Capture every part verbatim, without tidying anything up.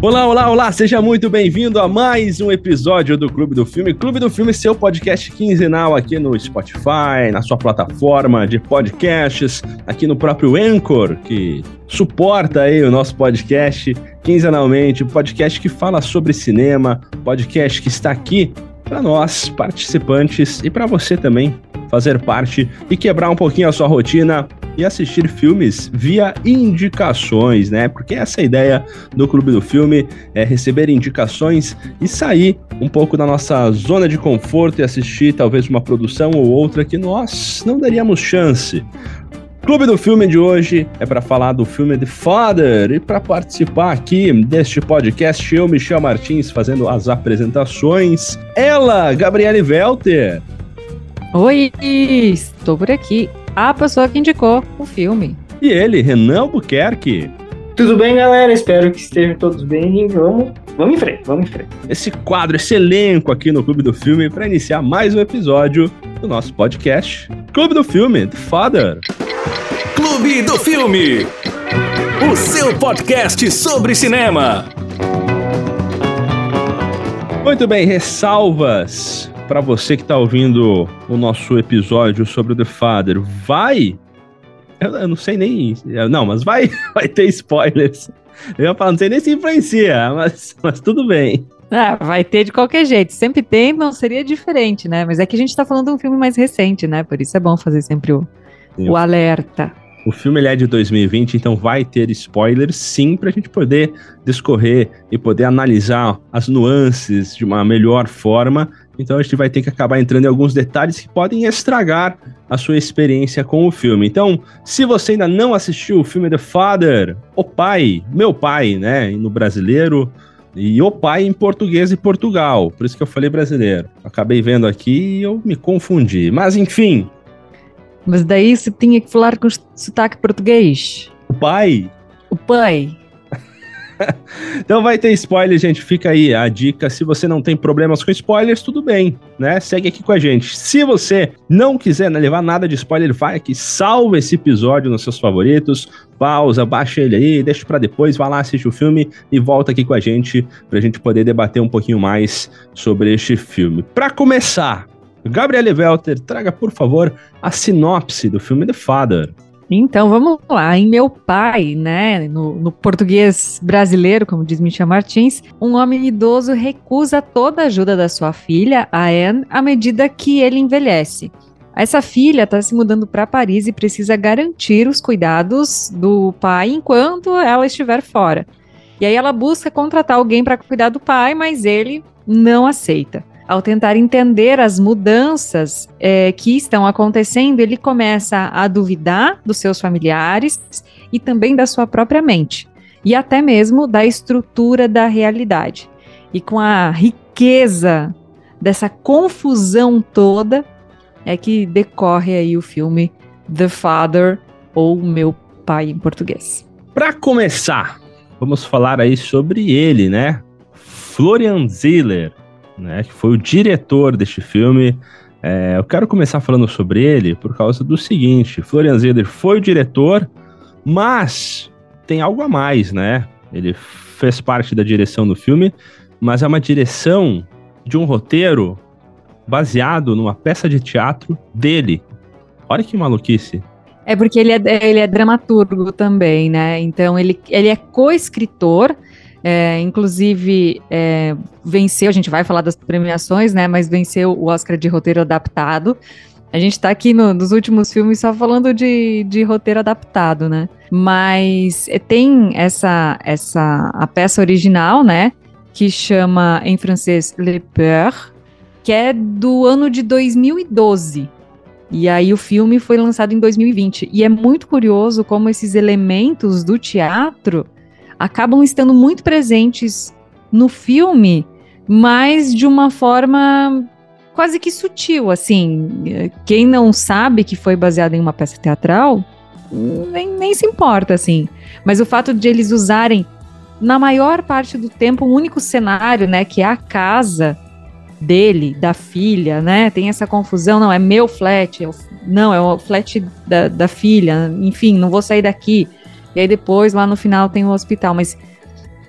Olá, olá, olá, seja muito bem-vindo a mais um episódio do Clube do Filme. Clube do Filme, seu podcast quinzenal aqui no Spotify, na sua plataforma de podcasts, aqui no próprio Anchor, que suporta aí o nosso podcast quinzenalmente, podcast que fala sobre cinema, podcast que está aqui para nós, participantes, e para você também fazer parte e quebrar um pouquinho a sua rotina e assistir filmes via indicações, né? Porque essa é a ideia do Clube do Filme, é receber indicações e sair um pouco da nossa zona de conforto e assistir talvez uma produção ou outra que nós não daríamos chance. Clube do Filme de hoje é para falar do filme The Father, e para participar aqui deste podcast, eu, Michel Martins, fazendo as apresentações. Ela, Gabriele Welter. Oi, estou por aqui. A pessoa que indicou o filme. E ele, Renan Albuquerque. Tudo bem, galera? Espero que estejam todos bem. Vamos, vamos em frente, vamos em frente. Esse quadro, esse elenco aqui no Clube do Filme para iniciar mais um episódio do nosso podcast Clube do Filme, The Father. Clube do Filme, o seu podcast sobre cinema. Muito bem, ressalvas para você que está ouvindo o nosso episódio sobre o The Father. Vai, eu, eu não sei nem, não, mas vai, vai ter spoilers. Eu ia falar, não sei nem se influencia, mas, mas tudo bem. Ah, vai ter de qualquer jeito, sempre tem, não seria diferente, né? Mas é que a gente tá falando de um filme mais recente, né? Por isso é bom fazer sempre o, o alerta. O filme ele é de dois mil e vinte, então vai ter spoilers sim, pra gente poder discorrer e poder analisar as nuances de uma melhor forma. Então a gente vai ter que acabar entrando em alguns detalhes que podem estragar a sua experiência com o filme. Então, se você ainda não assistiu o filme The Father, O Pai, Meu Pai, né, no brasileiro, e O Pai em português e Portugal, por isso que eu falei brasileiro. Acabei vendo aqui e eu me confundi, mas enfim. Mas daí você tinha que falar com sotaque português. O Pai? O Pai. Então vai ter spoiler, gente, fica aí a dica. Se você não tem problemas com spoilers, tudo bem, né? Segue aqui com a gente. Se você não quiser levar nada de spoiler, vai aqui, salva esse episódio nos seus favoritos, pausa, baixa ele aí, deixa pra depois, vai lá, assiste o filme e volta aqui com a gente pra gente poder debater um pouquinho mais sobre este filme. Pra começar, Gabriele Welter, traga, por favor, a sinopse do filme The Father. Então, vamos lá. Em Meu Pai, né, no, no português brasileiro, como diz Michel Martins, um homem idoso recusa toda a ajuda da sua filha, a Anne, à medida que ele envelhece. Essa filha está se mudando para Paris e precisa garantir os cuidados do pai enquanto ela estiver fora. E aí ela busca contratar alguém para cuidar do pai, mas ele não aceita. Ao tentar entender as mudanças é, que estão acontecendo, ele começa a duvidar dos seus familiares e também da sua própria mente, e até mesmo da estrutura da realidade. E com a riqueza dessa confusão toda, é que decorre aí o filme The Father, ou Meu Pai em português. Para começar, vamos falar aí sobre ele, né? Florian Zeller, né, que foi o diretor deste filme. É, eu quero começar falando sobre ele por causa do seguinte: Florian Zeller foi o diretor, mas tem algo a mais, né? Ele fez parte da direção do filme, mas é uma direção de um roteiro baseado numa peça de teatro dele. Olha que maluquice. É porque ele é, ele é dramaturgo também, né? Então ele, ele é co-escritor. É, inclusive, é, venceu, a gente vai falar das premiações, né, mas venceu o Oscar de roteiro adaptado. A gente tá aqui no, nos últimos filmes só falando de, de roteiro adaptado, né, mas tem essa, essa, a peça original, né, que chama em francês Le Peur, que é do ano de dois mil e doze. E aí o filme foi lançado em dois mil e vinte. E é muito curioso como esses elementos do teatro acabam estando muito presentes no filme, mas de uma forma quase que sutil, assim. Quem não sabe que foi baseado em uma peça teatral, nem, nem se importa, assim. Mas o fato de eles usarem, na maior parte do tempo, um único cenário, né, que é a casa dele, da filha, né, tem essa confusão, não, é meu flat, é o, não, é o flat da, da filha, enfim, não vou sair daqui. E aí depois, lá no final, tem o hospital, mas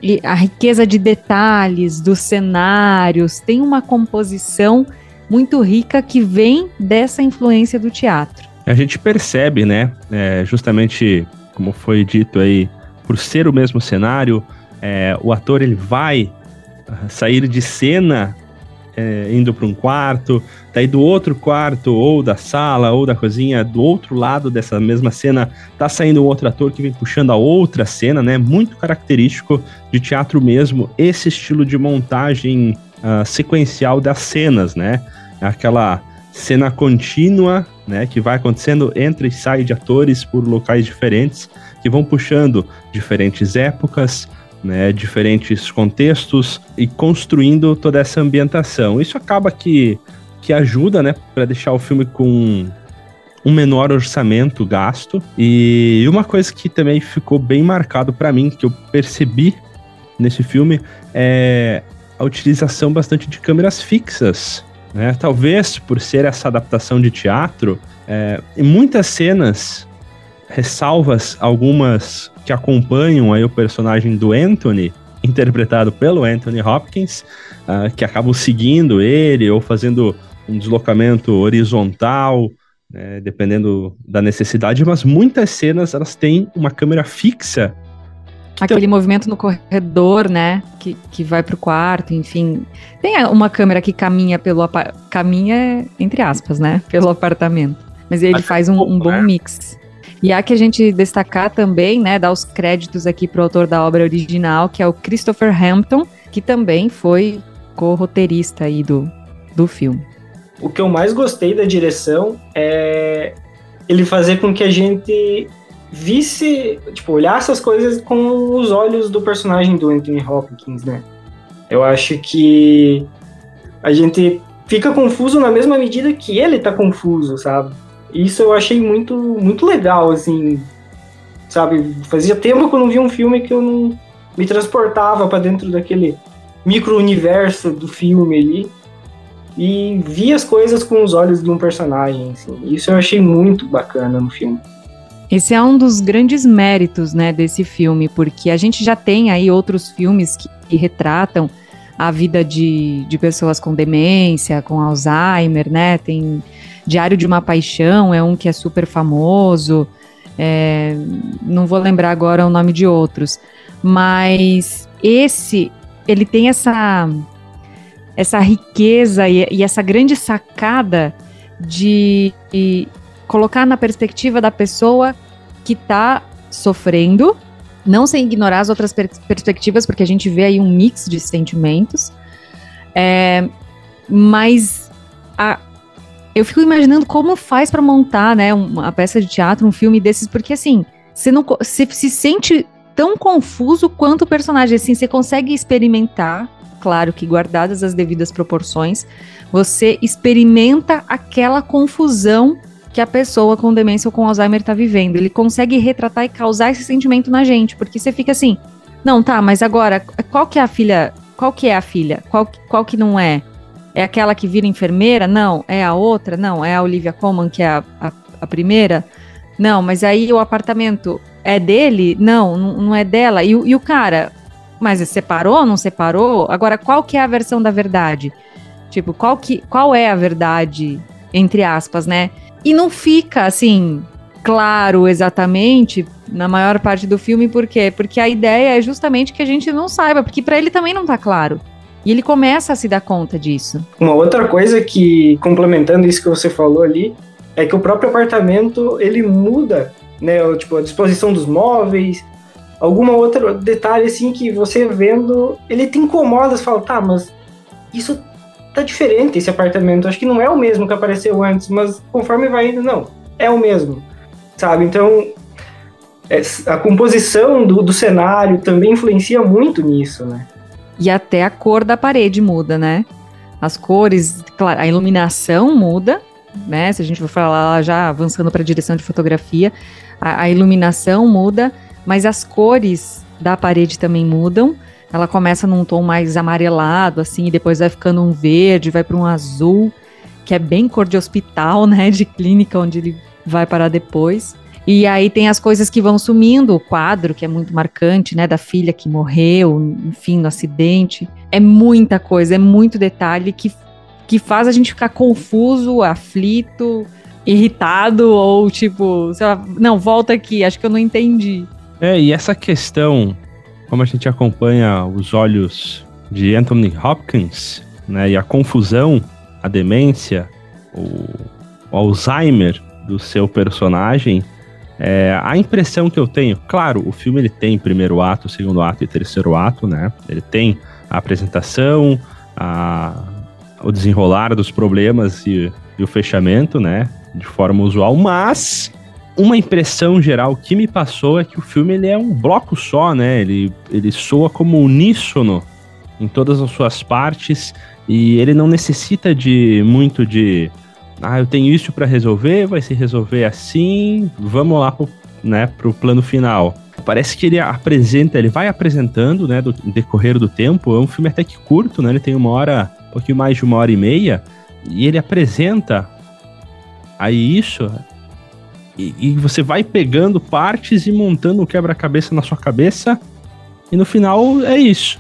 e a riqueza de detalhes dos cenários, tem uma composição muito rica que vem dessa influência do teatro. A gente percebe, né, é, justamente como foi dito aí, por ser o mesmo cenário, é, o ator ele vai sair de cena é, indo para um quarto, daí do outro quarto, ou da sala, ou da cozinha, do outro lado dessa mesma cena, tá saindo um outro ator que vem puxando a outra cena, né? Muito característico de teatro mesmo, esse estilo de montagem uh, sequencial das cenas, né? Aquela cena contínua, né? Que vai acontecendo, entra e sai de atores por locais diferentes, que vão puxando diferentes épocas, né, diferentes contextos e construindo toda essa ambientação. Isso acaba que, que ajuda, né, para deixar o filme com um menor orçamento gasto. E uma coisa que também ficou bem marcado para mim, que eu percebi nesse filme, é a utilização bastante de câmeras fixas, né? Talvez por ser essa adaptação de teatro, é, em muitas cenas, ressalvas algumas que acompanham aí o personagem do Anthony, interpretado pelo Anthony Hopkins, uh, que acabam seguindo ele ou fazendo um deslocamento horizontal, né, dependendo da necessidade, mas muitas cenas elas têm uma câmera fixa. Aquele tem... movimento no corredor, né, que, que vai pro quarto, enfim. Tem uma câmera que caminha pelo... Apa... caminha, entre aspas, né, pelo apartamento. Mas ele Mas faz um, um bom né? mix. E há que a gente destacar também, né, dar os créditos aqui pro autor da obra original, que é o Christopher Hampton, que também foi co-roteirista aí do, do filme. O que eu mais gostei da direção é ele fazer com que a gente visse, tipo, olhasse as coisas com os olhos do personagem do Anthony Hopkins, né? Eu acho que a gente fica confuso na mesma medida que ele tá confuso, sabe? Isso eu achei muito, muito legal, assim, sabe? Fazia tempo que eu não via um filme que eu não me transportava para dentro daquele micro-universo do filme ali e via as coisas com os olhos de um personagem, assim. Isso eu achei muito bacana no filme. Esse é um dos grandes méritos, né, desse filme, porque a gente já tem aí outros filmes que, que retratam a vida de, de pessoas com demência, com Alzheimer, né? Tem Diário de uma Paixão, é um que é super famoso, é, não vou lembrar agora o nome de outros, mas esse, ele tem essa, essa riqueza e, e essa grande sacada de, de colocar na perspectiva da pessoa que está sofrendo, não sem ignorar as outras per- perspectivas, porque a gente vê aí um mix de sentimentos, é, mas a eu fico imaginando como faz pra montar, né, uma peça de teatro, um filme desses, porque assim, você não você se sente tão confuso quanto o personagem, assim, você consegue experimentar, claro que guardadas as devidas proporções, você experimenta aquela confusão que a pessoa com demência ou com Alzheimer tá vivendo. Ele consegue retratar e causar esse sentimento na gente, porque você fica assim, não, tá, mas agora, qual que é a filha, qual que é a filha, qual, qual que não é? É aquela que vira enfermeira? Não. É a outra? Não. É a Olivia Colman, que é a, a, a primeira? Não, mas aí o apartamento é dele? Não, não, não é dela. E, e o cara, mas separou ou não separou? Agora, qual que é a versão da verdade? Tipo, qual, que, qual é a verdade, entre aspas, né? E não fica, assim, claro exatamente na maior parte do filme, por quê? Porque a ideia é justamente que a gente não saiba, porque pra ele também não tá claro. E ele começa a se dar conta disso. Uma outra coisa que, complementando isso que você falou ali, é que o próprio apartamento, ele muda, né? Tipo, a disposição dos móveis, alguma outra detalhe, assim, que você vendo, ele te incomoda, você fala, tá, mas isso tá diferente, esse apartamento. Acho que não é o mesmo que apareceu antes, mas conforme vai indo, não, é o mesmo, sabe? Então, a composição do, do cenário também influencia muito nisso, né? E até a cor da parede muda, né? As cores, claro, a iluminação muda, né? Se a gente for falar já avançando para a direção de fotografia, a, a iluminação muda, mas as cores da parede também mudam. Ela começa num tom mais amarelado, assim, e depois vai ficando um verde, vai para um azul, que é bem cor de hospital, né? De clínica, onde ele vai parar depois. E aí tem as coisas que vão sumindo, o quadro, que é muito marcante, né, da filha que morreu, enfim, no acidente. É muita coisa, é muito detalhe que, que faz a gente ficar confuso, aflito, irritado, ou tipo, sei lá, não, volta aqui, acho que eu não entendi. É, e essa questão, como a gente acompanha os olhos de Anthony Hopkins, né, e a confusão, a demência, o, o Alzheimer do seu personagem, é, a impressão que eu tenho, claro, o filme ele tem primeiro ato, segundo ato e terceiro ato, né? Ele tem a apresentação, a, o desenrolar dos problemas e, e o fechamento, né? De forma usual, mas uma impressão geral que me passou é que o filme ele é um bloco só, né? Ele, ele soa como uníssono em todas as suas partes e ele não necessita de muito de... Ah, eu tenho isso para resolver, vai se resolver assim, vamos lá pro, né, pro plano final. Parece que ele apresenta, ele vai apresentando, né, do decorrer do tempo. É um filme até que curto, né, ele tem uma hora, um pouquinho mais de uma hora e meia, e ele apresenta aí isso, e, e você vai pegando partes e montando um quebra-cabeça na sua cabeça, e no final é isso.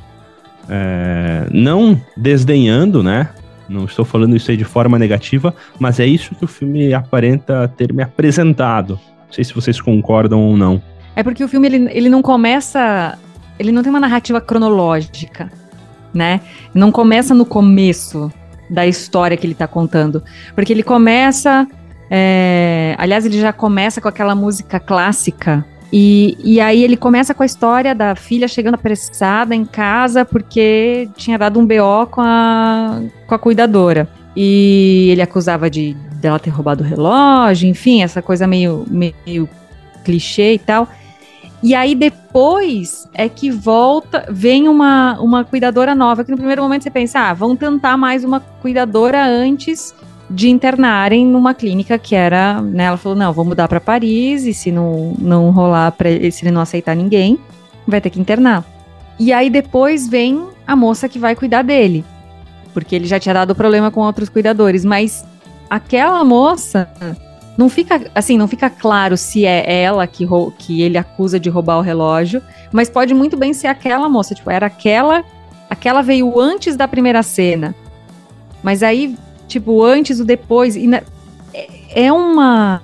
É, não desdenhando, né, não estou falando isso aí de forma negativa, mas é isso que o filme aparenta ter me apresentado. Não sei se vocês concordam ou não. É porque o filme, ele, ele não começa... Ele não tem uma narrativa cronológica, né? Não começa no começo da história que ele tá contando. Porque ele começa... É, aliás, ele já começa com aquela música clássica. E, e aí ele começa com a história da filha chegando apressada em casa porque tinha dado um B O com a, com a cuidadora. E ele acusava de dela ter roubado o relógio, enfim, essa coisa meio, meio clichê e tal. E aí depois é que volta, vem uma, uma cuidadora nova, que no primeiro momento você pensa, ah, vão tentar mais uma cuidadora antes de internarem numa clínica que era, né, ela falou, não, vou mudar para Paris e se não, não rolar, pra, se ele não aceitar ninguém, vai ter que internar. E aí depois vem a moça que vai cuidar dele, porque ele já tinha dado problema com outros cuidadores, mas aquela moça, não fica, assim, não fica claro se é ela que, que ele acusa de roubar o relógio, mas pode muito bem ser aquela moça, tipo, era aquela, aquela veio antes da primeira cena, mas aí tipo, antes ou depois, e na, é uma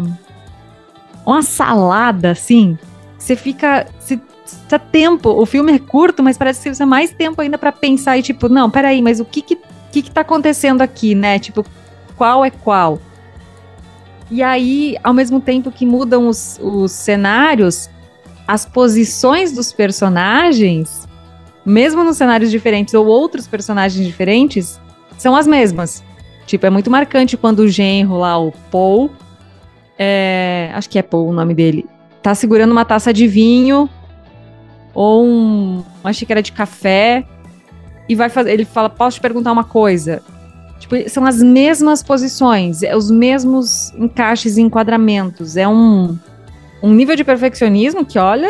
uma salada, assim, você fica, você tá tempo, o filme é curto, mas parece que você precisa mais tempo ainda pra pensar e tipo, não, peraí, mas o que que, que que tá acontecendo aqui, né, tipo, qual é qual? E aí, ao mesmo tempo que mudam os, os cenários, as posições dos personagens, mesmo nos cenários diferentes ou outros personagens diferentes, são as mesmas. Tipo, é muito marcante quando o genro lá, o Paul, é, acho que é Paul o nome dele, tá segurando uma taça de vinho ou um, uma xícara de café e vai fazer, ele fala, posso te perguntar uma coisa? Tipo, são as mesmas posições, é os mesmos encaixes e enquadramentos, é um, um nível de perfeccionismo que, olha,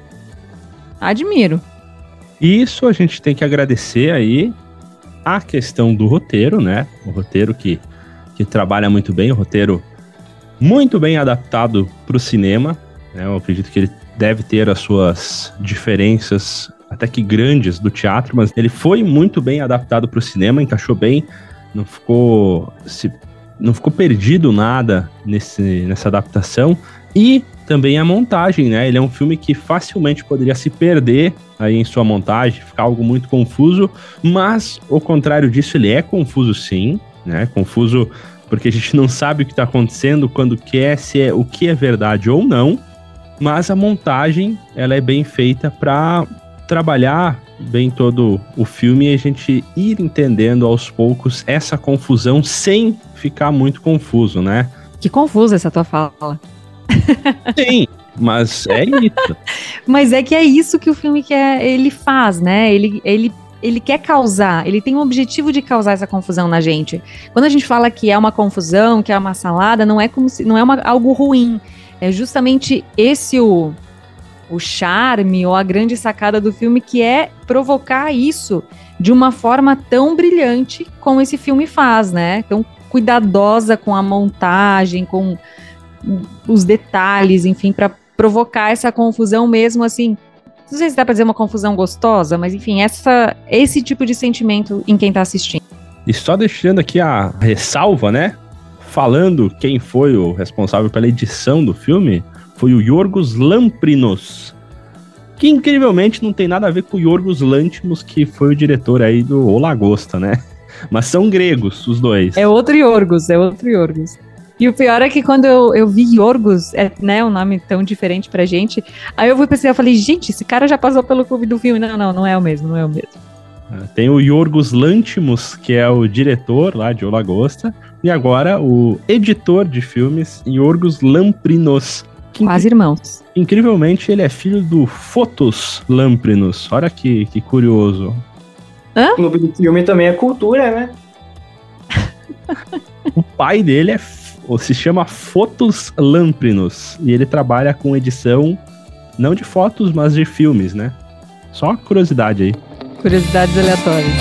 admiro. Isso a gente tem que agradecer aí a questão do roteiro, né? O roteiro que, que trabalha muito bem, o roteiro muito bem adaptado para o cinema, né? Eu acredito que ele deve ter as suas diferenças até que grandes do teatro, mas ele foi muito bem adaptado para o cinema, encaixou bem, não ficou, se, não ficou perdido nada nesse, nessa adaptação. E também a montagem, né? Ele é um filme que facilmente poderia se perder aí em sua montagem, ficar algo muito confuso, mas ao contrário disso, ele é confuso sim, né? Confuso porque a gente não sabe o que está acontecendo, quando que é, se é o que é verdade ou não, mas a montagem, ela é bem feita para trabalhar bem todo o filme e a gente ir entendendo aos poucos essa confusão sem ficar muito confuso, né? Que confusa essa tua fala. Sim, mas é isso. Mas é que é isso que o filme quer, ele faz, né? Ele, ele, ele quer causar, ele tem o objetivo de causar essa confusão na gente. Quando a gente fala que é uma confusão, que é uma salada, não é como se, não é uma, algo ruim. É justamente esse o, o charme ou a grande sacada do filme, que é provocar isso de uma forma tão brilhante como esse filme faz, né? Tão cuidadosa com a montagem, com os detalhes, enfim, para provocar essa confusão mesmo, assim, não sei se dá para dizer uma confusão gostosa, mas enfim, essa, esse tipo de sentimento em quem tá assistindo. E só deixando aqui a ressalva, né? Falando quem foi o responsável pela edição do filme, foi o Yorgos Lamprinos, que incrivelmente não tem nada a ver com o Yorgos Lanthimos, que foi o diretor aí do O Lagosta, né? Mas são gregos, os dois. É outro Yorgos, é outro Yorgos. E o pior é que quando eu, eu vi Yorgos, é, né, um nome tão diferente pra gente, aí eu fui pensar, eu falei, gente, esse cara já passou pelo clube do filme. Não, não, não é o mesmo, não é o mesmo. Tem o Yorgos Lanthimos, que é o diretor lá de O Lagosta, e agora o editor de filmes, Yorgos Lamprinos. Quase irmãos. Incrivelmente, ele é filho do Fotos Lamprinos. Olha que, que curioso. Hã? O clube do filme também é cultura, né? O pai dele é, se chama Fotos Lamprinos, e ele trabalha com edição, não de fotos, mas de filmes, né? Só curiosidade aí. Curiosidades aleatórias.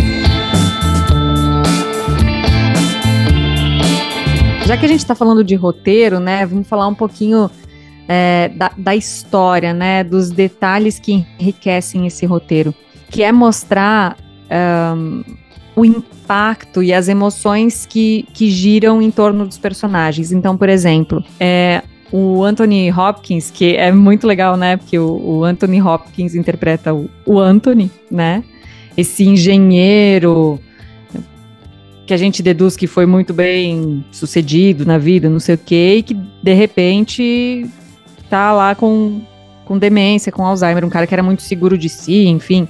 Já que a gente tá falando de roteiro, né, vamos falar um pouquinho é, da, da história, né, dos detalhes que enriquecem esse roteiro, que é mostrar um, o impacto e as emoções que, que giram em torno dos personagens. Então, por exemplo, é, o Anthony Hopkins, que é muito legal, né, porque o, o Anthony Hopkins interpreta o, o Anthony, né, esse engenheiro que a gente deduz que foi muito bem sucedido na vida, não sei o quê, e que de repente tá lá com, com demência, com Alzheimer, um cara que era muito seguro de si, enfim.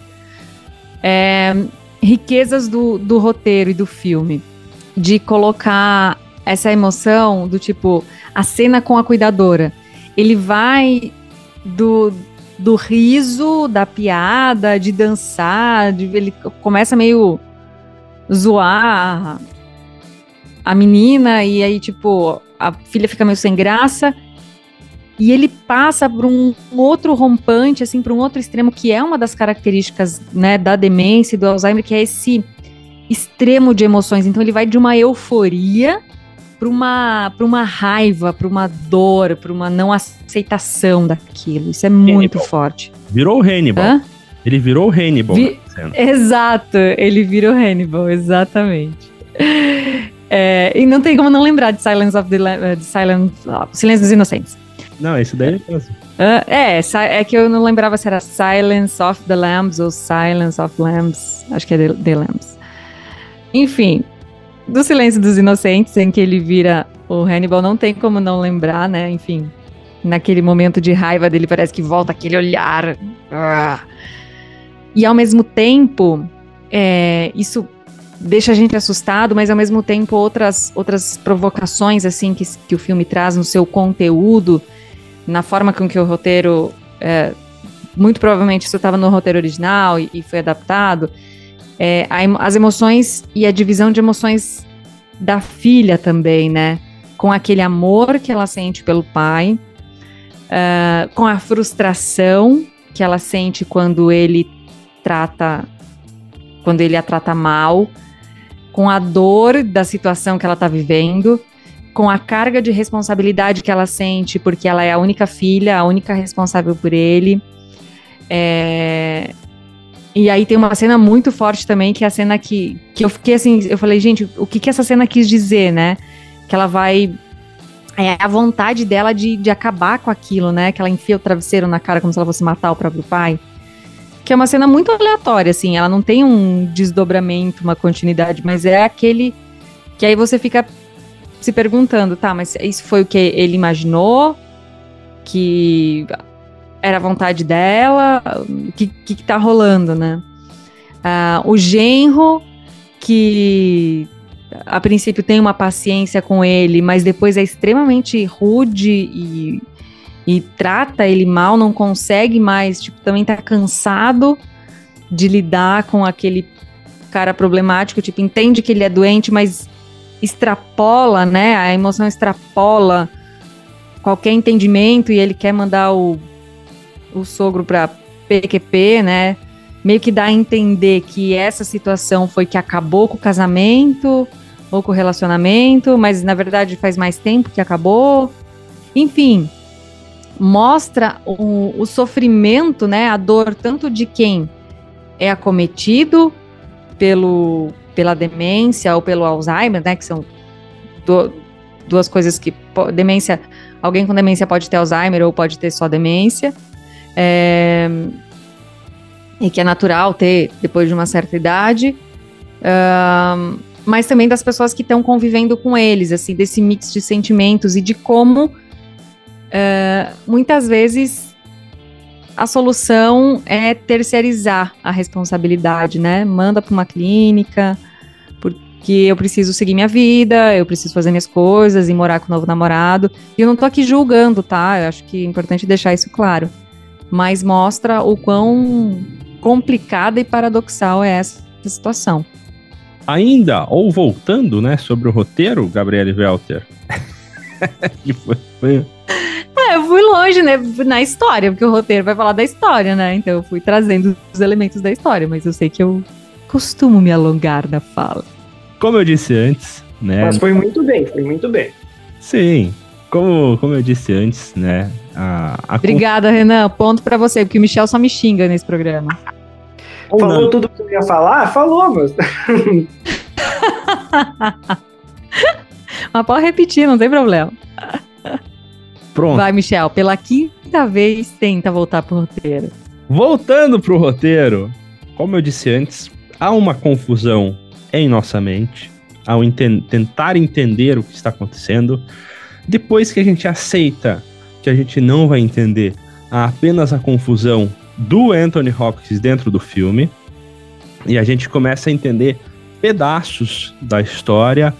É, riquezas do, do roteiro e do filme, de colocar essa emoção do tipo, a cena com a cuidadora, ele vai do... do riso, da piada, de dançar, de, ele começa meio zoar a menina, e aí, tipo, a filha fica meio sem graça, e ele passa por um, um outro rompante, assim, para um outro extremo, que é uma das características, né, da demência e do Alzheimer, que é esse extremo de emoções. Então ele vai de uma euforia para uma, para uma raiva, para uma dor, para uma não aceitação daquilo. Isso é muito Hannibal. Forte. Virou o Hannibal. Hã? Ele virou o Hannibal. Vi... Exato, ele virou Hannibal, exatamente. É, e não tem como não lembrar de Silence of the La- de Silence, oh, Silêncio dos Inocentes. Não, esse daí é quase. Uh, é, é que eu não lembrava se era Silence of the Lambs ou Silence of Lambs. Acho que é The, the Lambs. Enfim, do Silêncio dos Inocentes, em que ele vira o Hannibal, não tem como não lembrar, né? Enfim, naquele momento de raiva dele, parece que volta aquele olhar. Uh. E ao mesmo tempo, é, isso deixa a gente assustado, mas ao mesmo tempo outras, outras provocações assim que, que o filme traz no seu conteúdo, na forma com que o roteiro, é, muito provavelmente isso estava no roteiro original e, e foi adaptado, é, a, as emoções e a divisão de emoções da filha também, né? Com aquele amor que ela sente pelo pai, uh, com a frustração que ela sente quando ele trata, quando ele a trata mal, com a dor da situação que ela está vivendo, com a carga de responsabilidade que ela sente, porque ela é a única filha, a única responsável por ele. É... E aí tem uma cena muito forte também, que é a cena que, que eu fiquei assim, eu falei, gente, o que que essa cena quis dizer, né? Que ela vai... É a vontade dela de, de acabar com aquilo, né? Que ela enfia o travesseiro na cara como se ela fosse matar o próprio pai. Que é uma cena muito aleatória, assim, ela não tem um desdobramento, uma continuidade, mas é aquele que aí você fica se perguntando, tá, mas isso foi o que ele imaginou? Que era a vontade dela? O que, que, que tá rolando, né? Ah, o genro, que a princípio tem uma paciência com ele, mas depois é extremamente rude e... e trata ele mal, não consegue mais, tipo, também tá cansado de lidar com aquele cara problemático, tipo, entende que ele é doente, mas extrapola, né, a emoção extrapola qualquer entendimento e ele quer mandar o, o sogro pra P Q P, né, meio que dá a entender que essa situação foi que acabou com o casamento ou com o relacionamento, mas na verdade faz mais tempo que acabou. Enfim, mostra o, o sofrimento, né, a dor tanto de quem é acometido pelo, pela demência ou pelo Alzheimer, né, que são do, duas coisas que... Demência, alguém com demência pode ter Alzheimer ou pode ter só demência, é, e que é natural ter depois de uma certa idade, uh, mas também das pessoas que estão convivendo com eles, assim, desse mix de sentimentos e de como uh, muitas vezes a solução é terceirizar a responsabilidade, né? Manda para uma clínica, porque eu preciso seguir minha vida, eu preciso fazer minhas coisas e morar com o novo namorado. E eu não tô aqui julgando, tá? Eu acho que é importante deixar isso claro. Mas mostra o quão complicada e paradoxal é essa situação. Ainda, ou voltando, né, sobre o roteiro, Gabriele Welter. que foi, foi... É, eu fui longe, né, na história, porque o roteiro vai falar da história, né? Então eu fui trazendo os elementos da história, mas eu sei que eu costumo me alongar na fala. Como eu disse antes, né? Mas foi muito bem, foi muito bem. Sim, como, como eu disse antes, né? A, a Obrigada, Renan. Ponto pra você, porque o Michel só me xinga nesse programa. Ou Falou não. tudo que eu ia falar? Falou, mas... Mas pode repetir, não tem problema. Pronto. Vai, Michel, pela quinta vez tenta voltar pro roteiro. Voltando pro roteiro, como eu disse antes, há uma confusão em nossa mente ao enten- tentar entender o que está acontecendo. Depois que a gente aceita que a gente não vai entender, há apenas a confusão do Anthony Hopkins dentro do filme, e a gente começa a entender pedaços da história.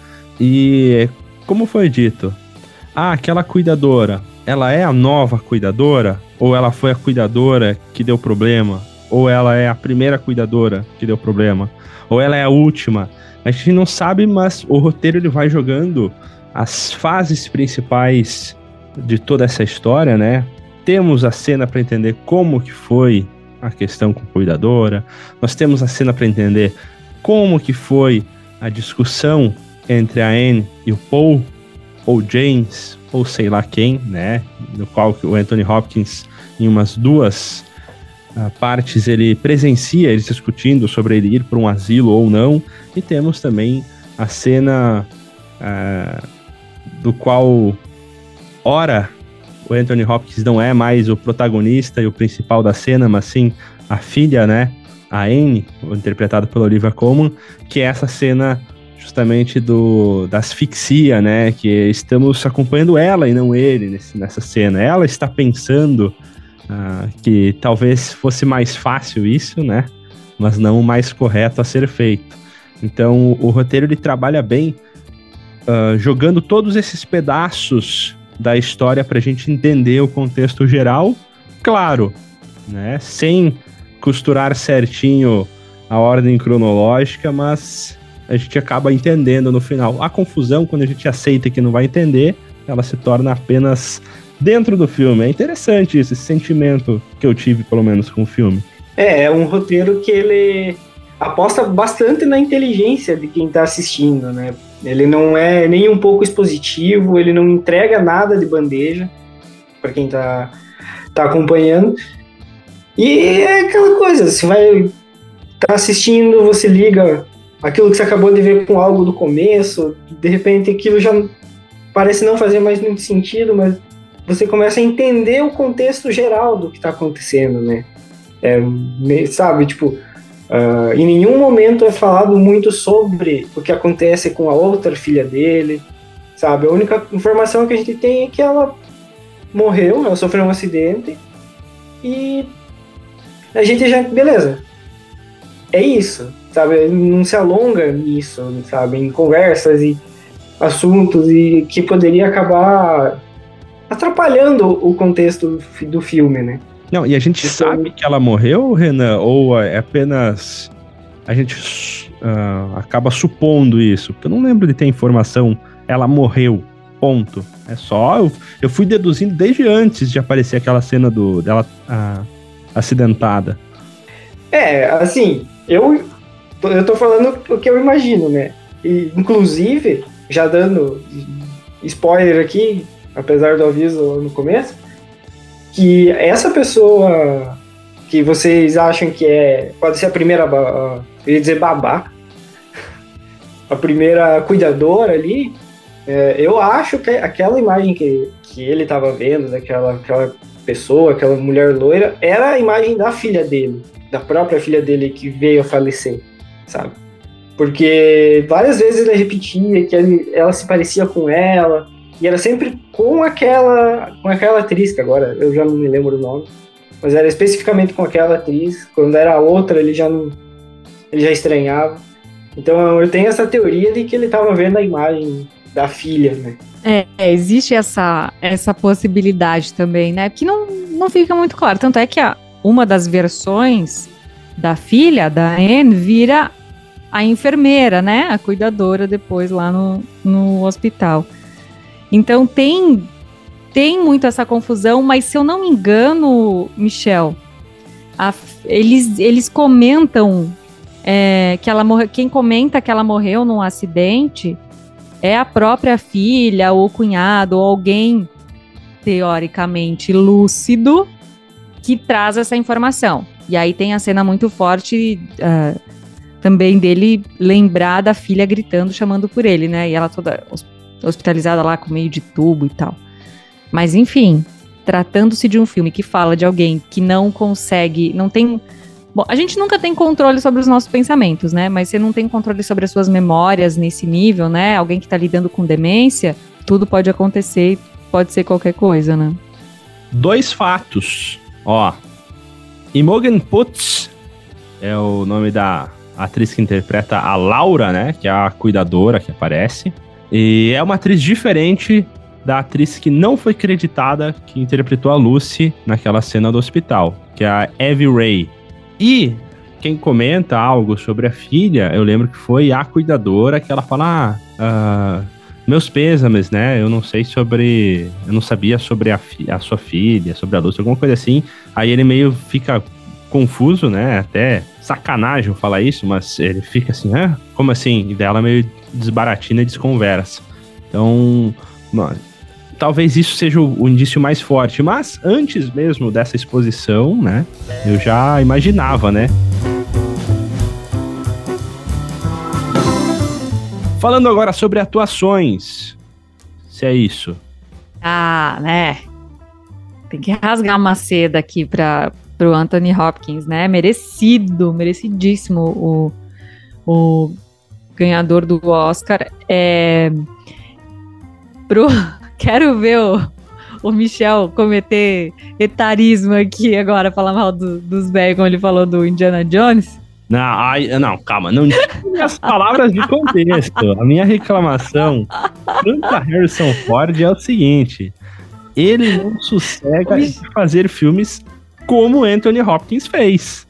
E como foi dito, ah, aquela cuidadora, ela é a nova cuidadora? Ou ela foi a cuidadora que deu problema? Ou ela é a primeira cuidadora que deu problema? Ou ela é a última? A gente não sabe, mas o roteiro ele vai jogando as fases principais de toda essa história, né? Temos a cena para entender como que foi a questão com a cuidadora. Nós temos a cena para entender como que foi a discussão entre a Anne e o Paul, ou James, ou sei lá quem, né? No qual o Anthony Hopkins, em umas duas uh, partes, ele presencia eles discutindo sobre ele ir para um asilo ou não. E temos também a cena uh, do qual, ora, o Anthony Hopkins não é mais o protagonista e o principal da cena, mas sim a filha, né? A Anne, interpretada pela Olivia Colman, que é essa cena justamente do, da asfixia, né? Que estamos acompanhando ela e não ele nesse, nessa cena. Ela está pensando uh, que talvez fosse mais fácil isso, né? Mas não o mais correto a ser feito. Então, o, o roteiro ele trabalha bem uh, jogando todos esses pedaços da história para a gente entender o contexto geral, claro, né? Sem costurar certinho a ordem cronológica, mas a gente acaba entendendo no final. A confusão, quando a gente aceita que não vai entender, ela se torna apenas dentro do filme. É interessante isso, esse sentimento que eu tive, pelo menos, com o filme. É, é um roteiro que ele aposta bastante na inteligência de quem tá assistindo, né? Ele não é nem um pouco expositivo, ele não entrega nada de bandeja para quem tá, tá acompanhando. E é aquela coisa, você vai tá assistindo, você liga aquilo que você acabou de ver com algo do começo, de repente aquilo já parece não fazer mais muito sentido, mas você começa a entender o contexto geral do que está acontecendo, né? É, sabe, tipo, uh, em nenhum momento é falado muito sobre o que acontece com a outra filha dele, sabe? A única informação que a gente tem é que ela morreu, ela sofreu um acidente e a gente já, beleza, é isso, sabe? Não se alonga nisso, sabe? Em conversas e assuntos e que poderia acabar atrapalhando o contexto do filme, né? Não, e a gente então, sabe que ela morreu, Renan? Ou é apenas a gente uh, acaba supondo isso? Porque eu não lembro de ter informação, ela morreu, ponto. É só, eu, eu fui deduzindo desde antes de aparecer aquela cena do, dela uh, acidentada. É, assim, eu, eu tô falando o que eu imagino, né? E, inclusive, já dando spoiler aqui, apesar do aviso no começo, que essa pessoa que vocês acham que é, pode ser a primeira, eu ia dizer babá, a primeira cuidadora ali, é, eu acho que aquela imagem que, que ele estava vendo, daquela aquela pessoa, aquela mulher loira, era a imagem da filha dele, da própria filha dele que veio a falecer, sabe? Porque várias vezes ele repetia que ele, ela se parecia com ela, e era sempre com aquela, com aquela atriz, que agora eu já não me lembro o nome, mas era especificamente com aquela atriz. Quando era a outra, ele já não, ele já estranhava. Então eu tenho essa teoria de que ele estava vendo a imagem da filha, né? É, existe essa, essa possibilidade também, né? Que não, não fica muito claro. Tanto é que a, uma das versões da filha, da Anne, vira a enfermeira, né? A cuidadora depois lá no, no hospital. Então tem, tem muito essa confusão, mas se eu não me engano, Michel, a, eles, eles comentam é, que ela morreu. Quem comenta que ela morreu num acidente é a própria filha, ou o cunhado, ou alguém teoricamente lúcido que traz essa informação. E aí tem a cena muito forte uh, também dele lembrar da filha gritando, chamando por ele, né? E ela toda hospitalizada lá com meio de tubo e tal. Mas enfim, tratando-se de um filme que fala de alguém que não consegue, não tem... Bom, a gente nunca tem controle sobre os nossos pensamentos, né? Mas você não tem controle sobre as suas memórias nesse nível, né? Alguém que tá lidando com demência, tudo pode acontecer, pode ser qualquer coisa, né? Dois fatos, ó. Imogen Poots é o nome da atriz que interpreta a Laura, né? Que é a cuidadora que aparece. E é uma atriz diferente da atriz que não foi creditada, que interpretou a Lucy naquela cena do hospital, que é a Evie Ray. E quem comenta algo sobre a filha, eu lembro que foi a cuidadora, que ela fala, ah, uh, meus pêsames, né, eu não sei sobre, eu não sabia sobre a, fi- a sua filha, sobre a Lúcia, alguma coisa assim. Aí ele meio fica confuso, né, até sacanagem falar isso, mas ele fica assim, ah, como assim? E dela meio desbaratina e desconversa. Então, mano, talvez isso seja o, o indício mais forte, mas antes mesmo dessa exposição, né, eu já imaginava, né. Falando agora sobre atuações, se é isso. Ah, né, tem que rasgar uma seda aqui para pro Anthony Hopkins, né, merecido, merecidíssimo o, o ganhador do Oscar. É, pro... Quero ver o, o Michel cometer etarismo aqui agora, falar mal do, dos velhos, como ele falou do Indiana Jones. Não, ai, não, calma, não tire as palavras de contexto. A minha reclamação quanto a Harrison Ford é o seguinte: ele não sossega de fazer filmes como Anthony Hopkins fez.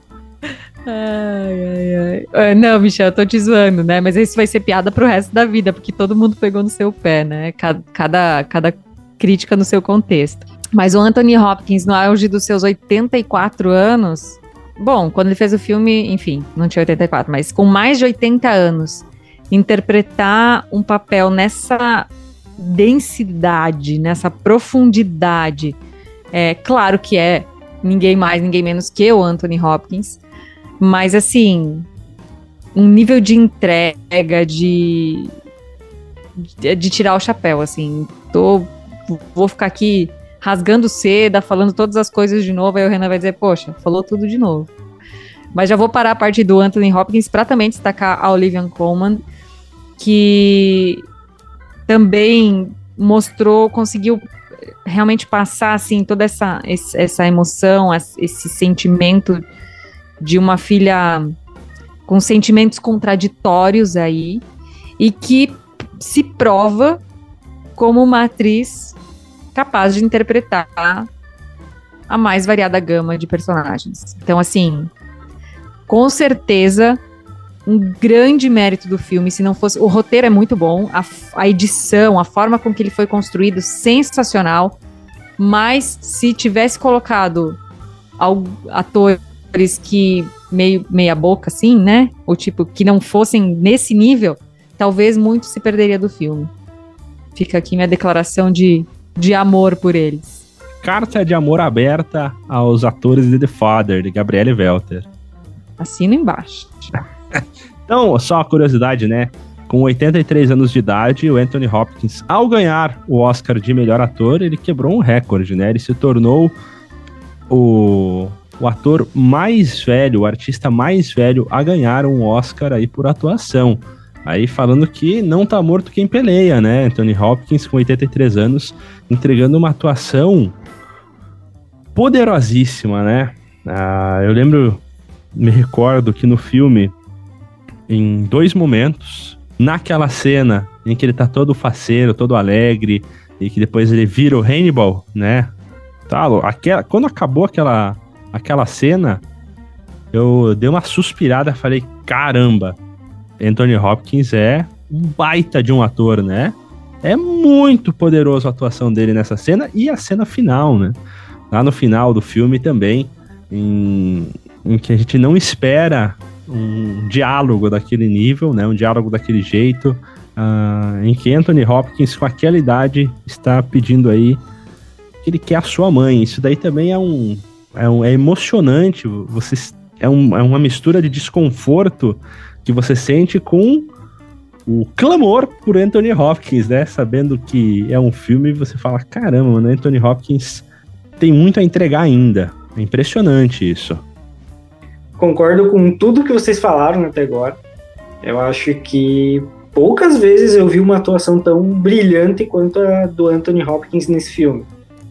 Ai, ai, ai. Não, Michel, eu tô te zoando, né? Mas isso vai ser piada pro resto da vida, porque todo mundo pegou no seu pé, né? Cada, cada, cada crítica no seu contexto. Mas o Anthony Hopkins, no auge dos seus oitenta e quatro anos... Bom, quando ele fez o filme, enfim, não tinha oitenta e quatro, mas com mais de oitenta anos, interpretar um papel nessa densidade, nessa profundidade, é claro que é ninguém mais, ninguém menos que o Anthony Hopkins. Mas, assim, um nível de entrega, de, de, de tirar o chapéu, assim. Tô, vou ficar aqui rasgando seda, falando todas as coisas de novo, aí o Renan vai dizer, poxa, falou tudo de novo. Mas já vou parar a parte do Anthony Hopkins para também destacar a Olivia Colman, que também mostrou, conseguiu realmente passar, assim, toda essa, essa emoção, esse sentimento de uma filha com sentimentos contraditórios aí, e que se prova como uma atriz capaz de interpretar a mais variada gama de personagens. Então, assim, com certeza, um grande mérito do filme, se não fosse... O roteiro é muito bom, a, a edição, a forma com que ele foi construído, sensacional, mas se tivesse colocado ao, atores que meio meia boca, assim, né? Ou tipo, que não fossem nesse nível, talvez muito se perderia do filme. Fica aqui minha declaração de de amor por eles. Carta de amor aberta aos atores de The Father, de Gabriele Welter. Assina embaixo. Então, só uma curiosidade, né? Com oitenta e três anos de idade, o Anthony Hopkins, ao ganhar o Oscar de melhor ator, ele quebrou um recorde, né? Ele se tornou o, o ator mais velho, o artista mais velho a ganhar um Oscar aí por atuação. Aí falando que não tá morto quem peleia, né? Anthony Hopkins, com oitenta e três anos, entregando uma atuação poderosíssima, né? Ah, eu lembro, me recordo que no filme, em dois momentos, naquela cena em que ele tá todo faceiro, todo alegre, e que depois ele vira o Hannibal, né? Tá, aquela, quando acabou aquela, aquela cena, eu dei uma suspirada, falei, caramba, Anthony Hopkins é um baita de um ator, né? É muito poderoso a atuação dele nessa cena e a cena final, né? Lá no final do filme também, em, em que a gente não espera um diálogo daquele nível, né? Um diálogo daquele jeito, uh, em que Anthony Hopkins, com aquela idade, está pedindo aí que ele quer a sua mãe. Isso daí também é um... É, um, é emocionante, você, é, um, é uma mistura de desconforto que você sente com o clamor por Anthony Hopkins, né? Sabendo que é um filme, você fala, caramba, mano, Anthony Hopkins tem muito a entregar ainda. É impressionante isso. Concordo com tudo que vocês falaram até agora. Eu acho que poucas vezes eu vi uma atuação tão brilhante quanto a do Anthony Hopkins nesse filme.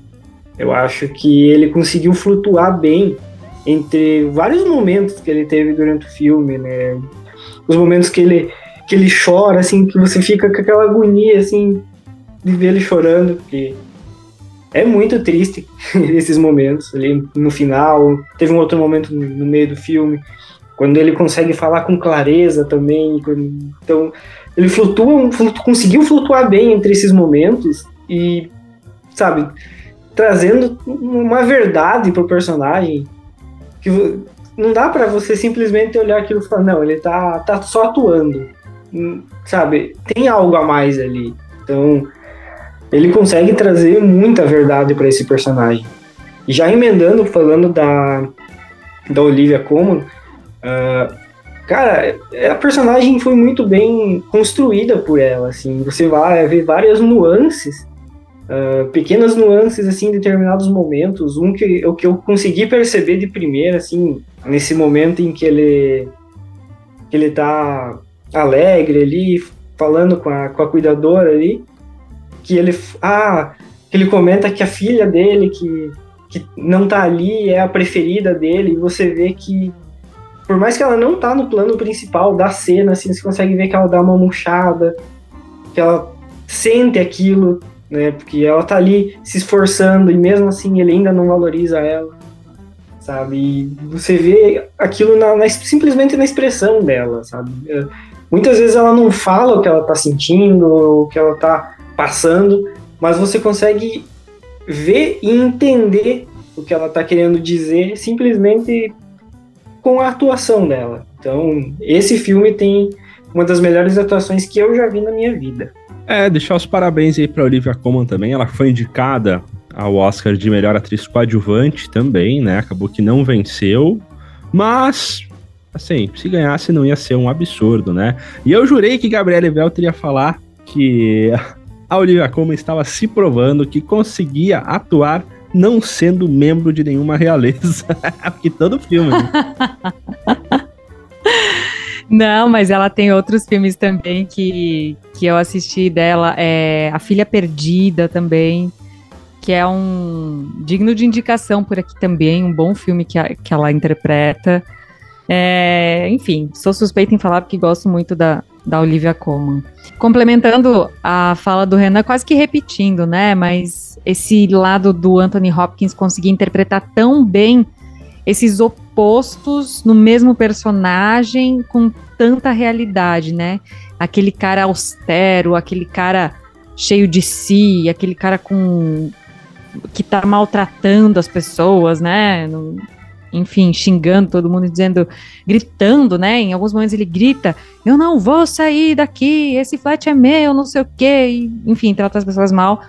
Eu acho que ele conseguiu flutuar bem entre vários momentos que ele teve durante o filme, né? Os momentos que ele, que ele chora, assim, que você fica com aquela agonia, assim, de ver ele chorando, porque é muito triste esses momentos ali no final. Teve um outro momento no meio do filme, quando ele consegue falar com clareza também. Então, ele flutua, flutua, conseguiu flutuar bem entre esses momentos e, sabe, trazendo uma verdade pro personagem que não dá pra você simplesmente olhar aquilo e falar, não, ele tá, tá só atuando, sabe? Tem algo a mais ali. Então, ele consegue trazer muita verdade pra esse personagem. E já emendando, falando da, da Olivia Colman, uh, cara, a personagem foi muito bem construída por ela, assim. Você vai ver várias nuances, uh, pequenas nuances, assim, em determinados momentos. Um que, o que eu consegui perceber de primeira, assim, nesse momento em que ele, que ele tá alegre ali, falando com a, com a cuidadora ali, que ele, ah, ele comenta que a filha dele, que, que não tá ali, é a preferida dele, e você vê que, por mais que ela não tá no plano principal da cena, assim, você consegue ver que ela dá uma murchada, que ela sente aquilo, né, porque ela tá ali se esforçando, e mesmo assim ele ainda não valoriza ela, sabe, e você vê aquilo na, na, simplesmente na expressão dela, sabe, muitas vezes ela não fala o que ela tá sentindo, o que ela tá passando, mas você consegue ver e entender o que ela está querendo dizer simplesmente com a atuação dela. Então, esse filme tem uma das melhores atuações que eu já vi na minha vida. É, deixar os parabéns aí para Olivia Colman também. Ela foi indicada ao Oscar de melhor atriz coadjuvante também, né? Acabou que não venceu, mas, assim, se ganhasse não ia ser um absurdo, né? E eu jurei que Gabriele Welter ia falar que a Olivia Colman estava se provando que conseguia atuar não sendo membro de nenhuma realeza. Porque todo filme. Né? Não, mas ela tem outros filmes também que, que eu assisti dela. É A Filha Perdida também, que é um digno de indicação por aqui também. Um bom filme que, a, que ela interpreta. É, enfim, sou suspeita em falar porque gosto muito da, da Olivia Colman. Complementando a fala do Renan, quase que repetindo, né? Mas esse lado do Anthony Hopkins conseguir interpretar tão bem esses opostos no mesmo personagem com tanta realidade, né? Aquele cara austero, aquele cara cheio de si, aquele cara com que tá maltratando as pessoas, né? No, enfim, xingando todo mundo, dizendo, gritando, né, em alguns momentos ele grita, eu não vou sair daqui, esse flat é meu, não sei o quê, e, enfim, trata as pessoas mal,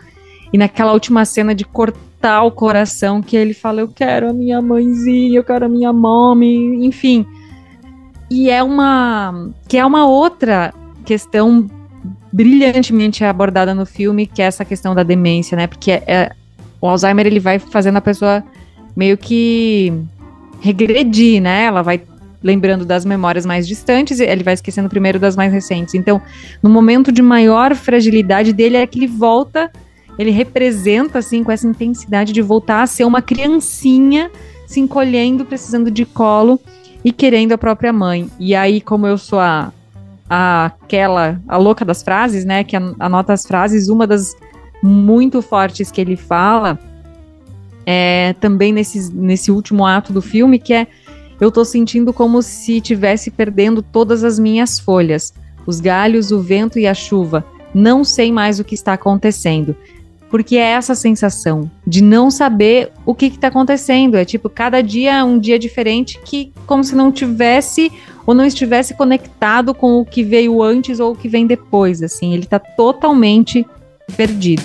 e naquela última cena de cortar o coração, que ele fala, eu quero a minha mãezinha, eu quero a minha mommy, enfim. E é uma, que é uma outra questão brilhantemente abordada no filme, que é essa questão da demência, né? Porque é, é, o Alzheimer, ele vai fazendo a pessoa meio que regredir, né? Ela vai lembrando das memórias mais distantes, ele vai esquecendo primeiro das mais recentes. Então, no momento de maior fragilidade dele, é que ele volta, ele representa, assim, com essa intensidade de voltar a ser uma criancinha se encolhendo, precisando de colo e querendo a própria mãe. E aí, como eu sou a, a aquela, a louca das frases, né, que anota as frases, uma das muito fortes que ele fala, é também nesse, nesse último ato do filme, que é: eu tô sentindo como se estivesse perdendo todas as minhas folhas, os galhos, o vento e a chuva. Não sei mais o que está acontecendo. Porque é essa sensação de não saber o que está acontecendo. É tipo, cada dia é um dia diferente, que como se não tivesse ou não estivesse conectado com o que veio antes ou o que vem depois. Assim, ele tá totalmente perdido.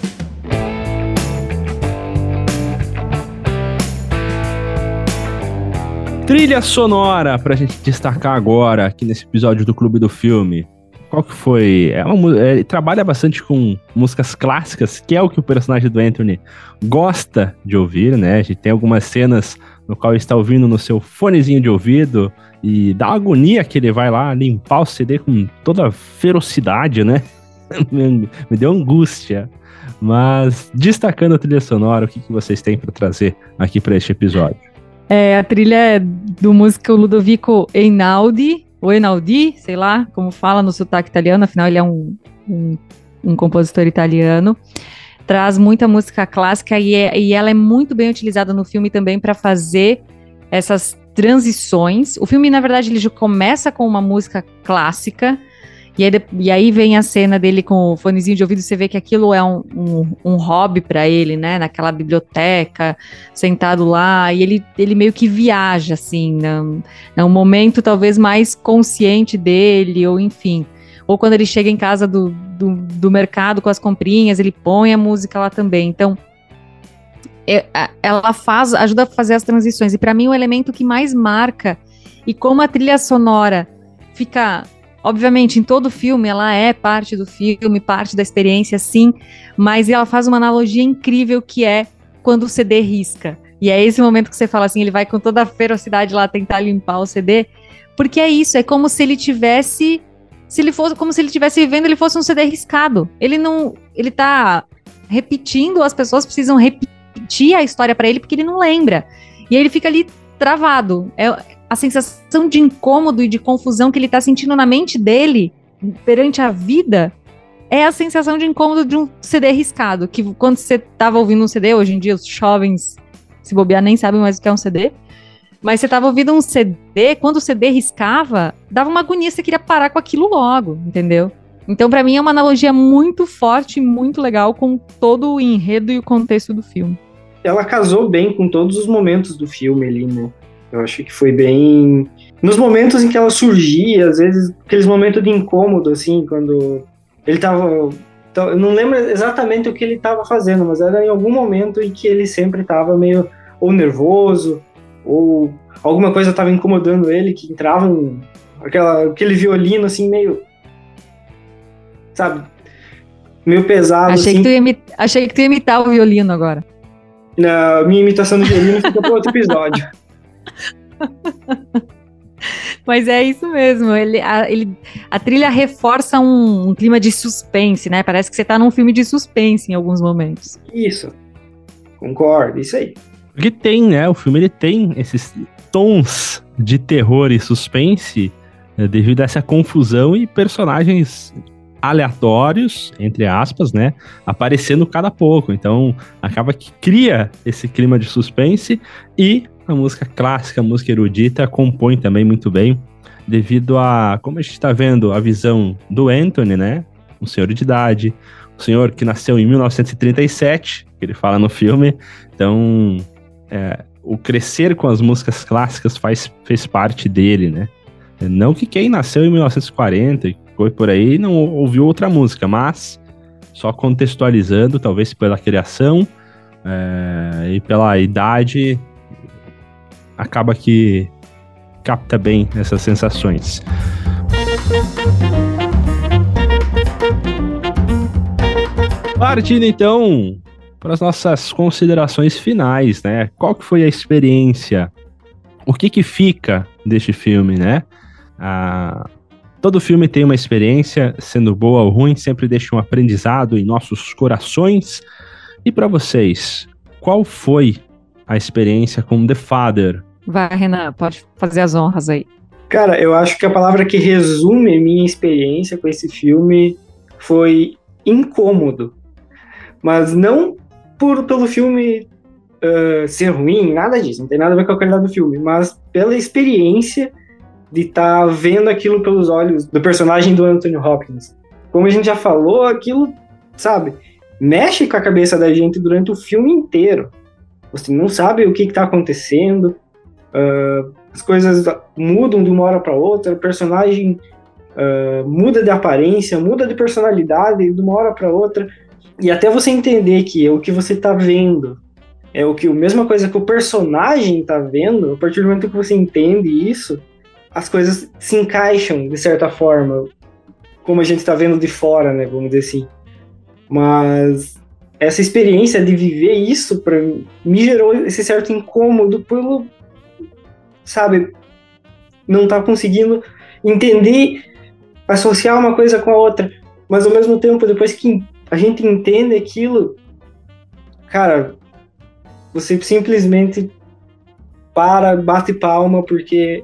Trilha sonora pra gente destacar agora aqui nesse episódio do Clube do Filme. Qual que foi? É uma, é, ele trabalha bastante com músicas clássicas, que é o que o personagem do Anthony gosta de ouvir, né? A gente tem algumas cenas no qual ele está ouvindo no seu fonezinho de ouvido e dá uma agonia que ele vai lá limpar o C D com toda a ferocidade, né? Me deu angústia. Mas destacando a trilha sonora, o que, que vocês têm para trazer aqui para este episódio? É, a trilha é do músico Ludovico Einaudi, ou Einaudi, sei lá, como fala no sotaque italiano, afinal ele é um, um, um compositor italiano. Traz muita música clássica e, é, e ela é muito bem utilizada no filme também para fazer essas transições. O filme, na verdade, ele já começa com uma música clássica, e aí, e aí vem a cena dele com o fonezinho de ouvido, você vê que aquilo é um, um, um hobby para ele, né, naquela biblioteca, sentado lá, e ele, ele meio que viaja, assim, é um momento talvez mais consciente dele, ou enfim, ou quando ele chega em casa do, do, do mercado com as comprinhas, ele põe a música lá também. Então, é, ela faz, ajuda a fazer as transições, e para mim o elemento que mais marca, e como a trilha sonora fica... Obviamente, em todo filme, ela é parte do filme, parte da experiência, sim, mas ela faz uma analogia incrível, que é quando o C D risca. E é esse momento que você fala assim, ele vai com toda a ferocidade lá tentar limpar o C D, porque é isso, é como se ele tivesse, se ele fosse, como se ele tivesse vivendo, ele fosse um C D riscado. Ele não, ele tá repetindo, as pessoas precisam repetir a história para ele, porque ele não lembra. E aí ele fica ali travado. É a sensação de incômodo e de confusão que ele tá sentindo na mente dele perante a vida, é a sensação de incômodo de um C D riscado, que quando você tava ouvindo um C D, hoje em dia os jovens, se bobear, nem sabem mais o que é um C D, mas você tava ouvindo um C D, quando o C D riscava, dava uma agonia, você queria parar com aquilo logo, entendeu? Então, pra mim, é uma analogia muito forte e muito legal com todo o enredo e o contexto do filme. Ela casou bem com todos os momentos do filme ali, né? Eu acho que foi bem... Nos momentos em que ela surgia, às vezes, aqueles momentos de incômodo, assim, quando ele tava... Eu não lembro exatamente o que ele tava fazendo, mas era em algum momento em que ele sempre tava meio ou nervoso, ou alguma coisa tava incomodando ele, que entrava um, aquela, aquele violino, assim, meio... Sabe? Meio pesado, Achei, assim. Que tu ia imita... Achei que tu ia imitar o violino agora. Na minha imitação do violino fica para outro episódio. Mas é isso mesmo, ele, a, ele, a trilha reforça um, um clima de suspense, né? Parece que você tá num filme de suspense em alguns momentos. Isso, concordo, isso aí. Porque tem, né? O filme ele tem esses tons de terror e suspense, né, devido a essa confusão e personagens aleatórios, entre aspas, né, aparecendo cada pouco. Então, acaba que cria esse clima de suspense, e a música clássica, a música erudita, compõe também muito bem, devido a, como a gente está vendo, a visão do Anthony, né, um senhor de idade, um senhor que nasceu em mil novecentos e trinta e sete, que ele fala no filme. Então, é, o crescer com as músicas clássicas faz, fez parte dele, né. Não que quem nasceu em mil novecentos e quarenta foi por aí não ouviu outra música, mas só contextualizando, talvez pela criação é, e pela idade, acaba que capta bem essas sensações. Partindo então para as nossas considerações finais, né? Qual que foi a experiência? O que que fica deste filme, né? Ah, todo filme tem uma experiência, sendo boa ou ruim, sempre deixa um aprendizado em nossos corações. E para vocês, qual foi a experiência com The Father? Vai, Renan, pode fazer as honras aí. Cara, eu acho que a palavra que resume a minha experiência com esse filme foi incômodo. Mas não por, pelo filme uh, ser ruim, nada disso, não tem nada a ver com a qualidade do filme, mas pela experiência de estar tá vendo aquilo pelos olhos do personagem do Anthony Hopkins. Como a gente já falou, aquilo, sabe, mexe com a cabeça da gente durante o filme inteiro. Você não sabe o que está acontecendo, uh, as coisas mudam de uma hora para outra, o personagem uh, muda de aparência, muda de personalidade de uma hora para outra, e até você entender que o que você está vendo é o que a mesma coisa que o personagem está vendo, a partir do momento que você entende isso, as coisas se encaixam de certa forma, como a gente está vendo de fora, né, vamos dizer assim. Mas essa experiência de viver isso para mim me gerou esse certo incômodo pelo, sabe, não estar tá conseguindo entender, associar uma coisa com a outra, mas ao mesmo tempo, depois que a gente entende aquilo, cara, você simplesmente para, bate palma, porque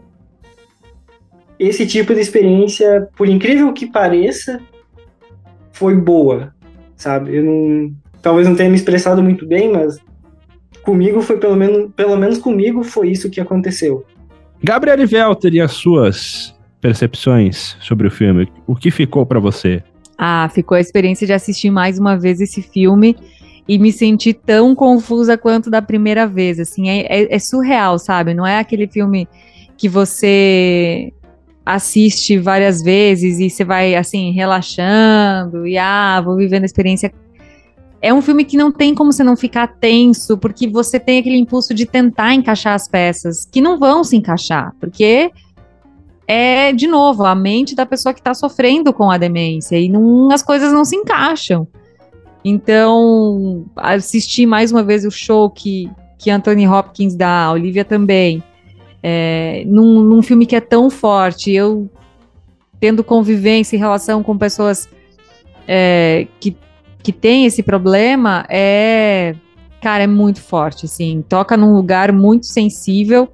esse tipo de experiência, por incrível que pareça, foi boa, sabe? Eu não, talvez não tenha me expressado muito bem, mas comigo foi, pelo menos, pelo menos comigo, foi isso que aconteceu. Gabriele Welter, e as suas percepções sobre o filme? O que ficou para você? Ah, ficou a experiência de assistir mais uma vez esse filme e me sentir tão confusa quanto da primeira vez, assim, é, é, é surreal, sabe? Não é aquele filme que você assiste várias vezes e você vai, assim, relaxando e, ah, vou vivendo a experiência. É um filme que não tem como você não ficar tenso, porque você tem aquele impulso de tentar encaixar as peças, que não vão se encaixar, porque é, de novo, a mente da pessoa que está sofrendo com a demência, e não, as coisas não se encaixam. Então, assistir mais uma vez o show que, que Anthony Hopkins dá, a Olivia também, é, num, num filme que é tão forte, eu tendo convivência em relação com pessoas é, que, que têm esse problema, é, cara, é muito forte, assim, toca num lugar muito sensível.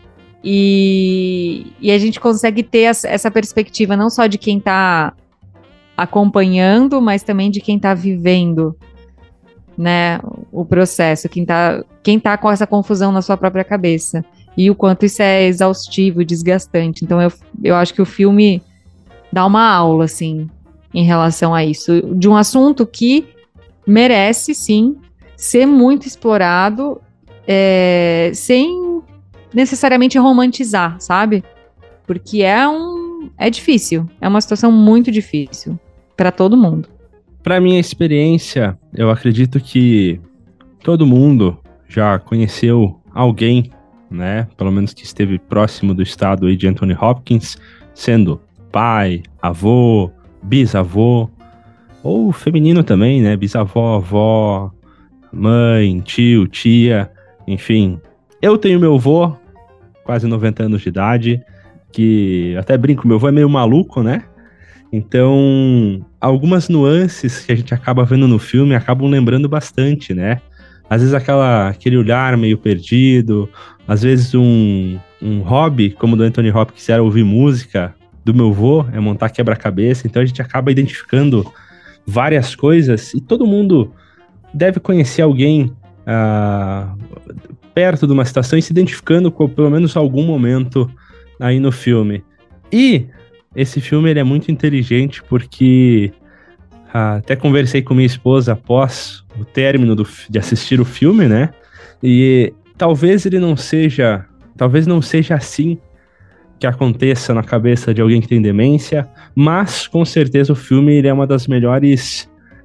E, e a gente consegue ter essa perspectiva não só de quem está acompanhando, mas também de quem está vivendo, né, o processo, quem está quem tá com essa confusão na sua própria cabeça, e o quanto isso é exaustivo e desgastante. Então eu, eu acho que o filme dá uma aula, assim, em relação a isso, de um assunto que merece, sim, ser muito explorado, é, sem necessariamente romantizar, sabe? Porque é um é difícil, é uma situação muito difícil para todo mundo. Para minha experiência, eu acredito que todo mundo já conheceu alguém, né, pelo menos que esteve próximo do estado aí de Anthony Hopkins, sendo pai, avô, bisavô, ou feminino também, né, bisavó, avó, mãe, tio, tia, enfim. Eu tenho meu avô, quase noventa anos de idade, que até brinco, meu avô é meio maluco, né? Então, algumas nuances que a gente acaba vendo no filme acabam lembrando bastante, né? Às vezes aquela, aquele olhar meio perdido, às vezes um, um hobby, como o do Anthony Hopkins, era ouvir música, do meu avô é montar quebra-cabeça, então a gente acaba identificando várias coisas, e todo mundo deve conhecer alguém uh, perto de uma situação e se identificando com pelo menos algum momento aí no filme. E esse filme ele é muito inteligente porque uh, até conversei com minha esposa após o término do, de assistir o filme, né? E talvez ele não seja, talvez não seja assim que aconteça na cabeça de alguém que tem demência, mas com certeza o filme ele é uma das melhores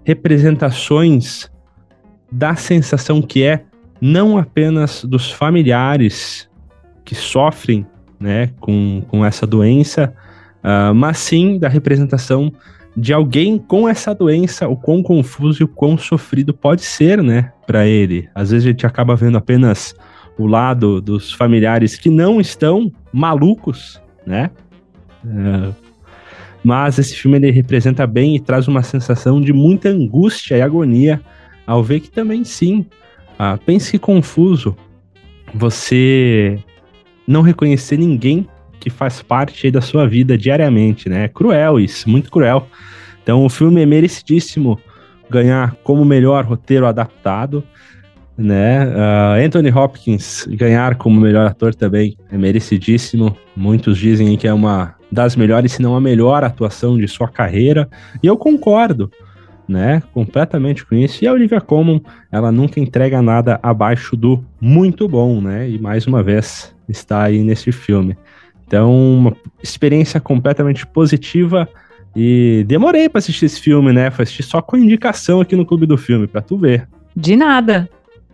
representações da sensação que é não apenas dos familiares que sofrem, né, com, com essa doença, uh, mas sim da representação de alguém com essa doença, o quão confuso e o quão sofrido pode ser, né, para ele. Às vezes a gente acaba vendo apenas o lado dos familiares que não estão malucos, né, uh, mas esse filme ele representa bem e traz uma sensação de muita angústia e agonia ao ver que também sim, uh, pense que confuso você não reconhecer ninguém que faz parte aí da sua vida diariamente, né? É cruel isso, muito cruel. Então o filme é merecidíssimo ganhar como melhor roteiro adaptado, né? Uh, Anthony Hopkins ganhar como melhor ator também é merecidíssimo. Muitos dizem que é uma das melhores, se não a melhor atuação de sua carreira, e eu concordo, né? Completamente com isso. E a Olivia Colman, ela nunca entrega nada abaixo do muito bom, né? E mais uma vez está aí nesse filme. Então, uma experiência completamente positiva e demorei para assistir esse filme, né? Foi assistir só com indicação aqui no Clube do Filme, para tu ver. De nada.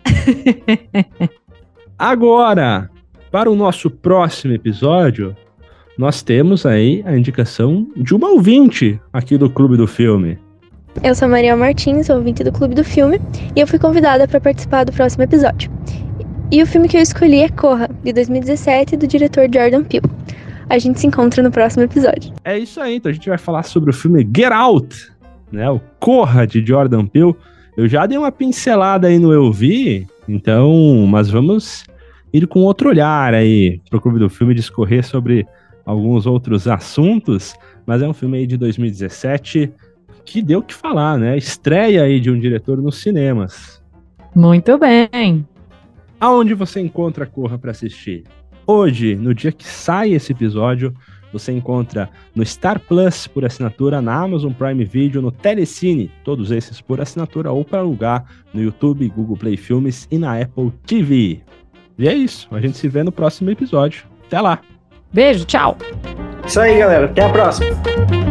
Agora, para o nosso próximo episódio, nós temos aí a indicação de uma ouvinte aqui do Clube do Filme. Eu sou Maria Martins, ouvinte do Clube do Filme, e eu fui convidada para participar do próximo episódio. E o filme que eu escolhi é Corra, de dois mil e dezessete, do diretor Jordan Peele. A gente se encontra no próximo episódio. É isso aí, então a gente vai falar sobre o filme Get Out, né, o Corra, de Jordan Peele. Eu já dei uma pincelada aí no Eu Vi, então, mas vamos ir com outro olhar aí pro Clube do Filme, discorrer sobre alguns outros assuntos, mas é um filme aí de dois mil e dezessete que deu o que falar, né? Estreia aí de um diretor nos cinemas. Muito bem. Aonde você encontra Corra para assistir? Hoje, no dia que sai esse episódio, você encontra no Star Plus por assinatura, na Amazon Prime Video, no Telecine, todos esses por assinatura ou para alugar no YouTube, Google Play Filmes e na Apple T V. E é isso, a gente se vê no próximo episódio. Até lá! Beijo, tchau! Isso aí, galera. Até a próxima!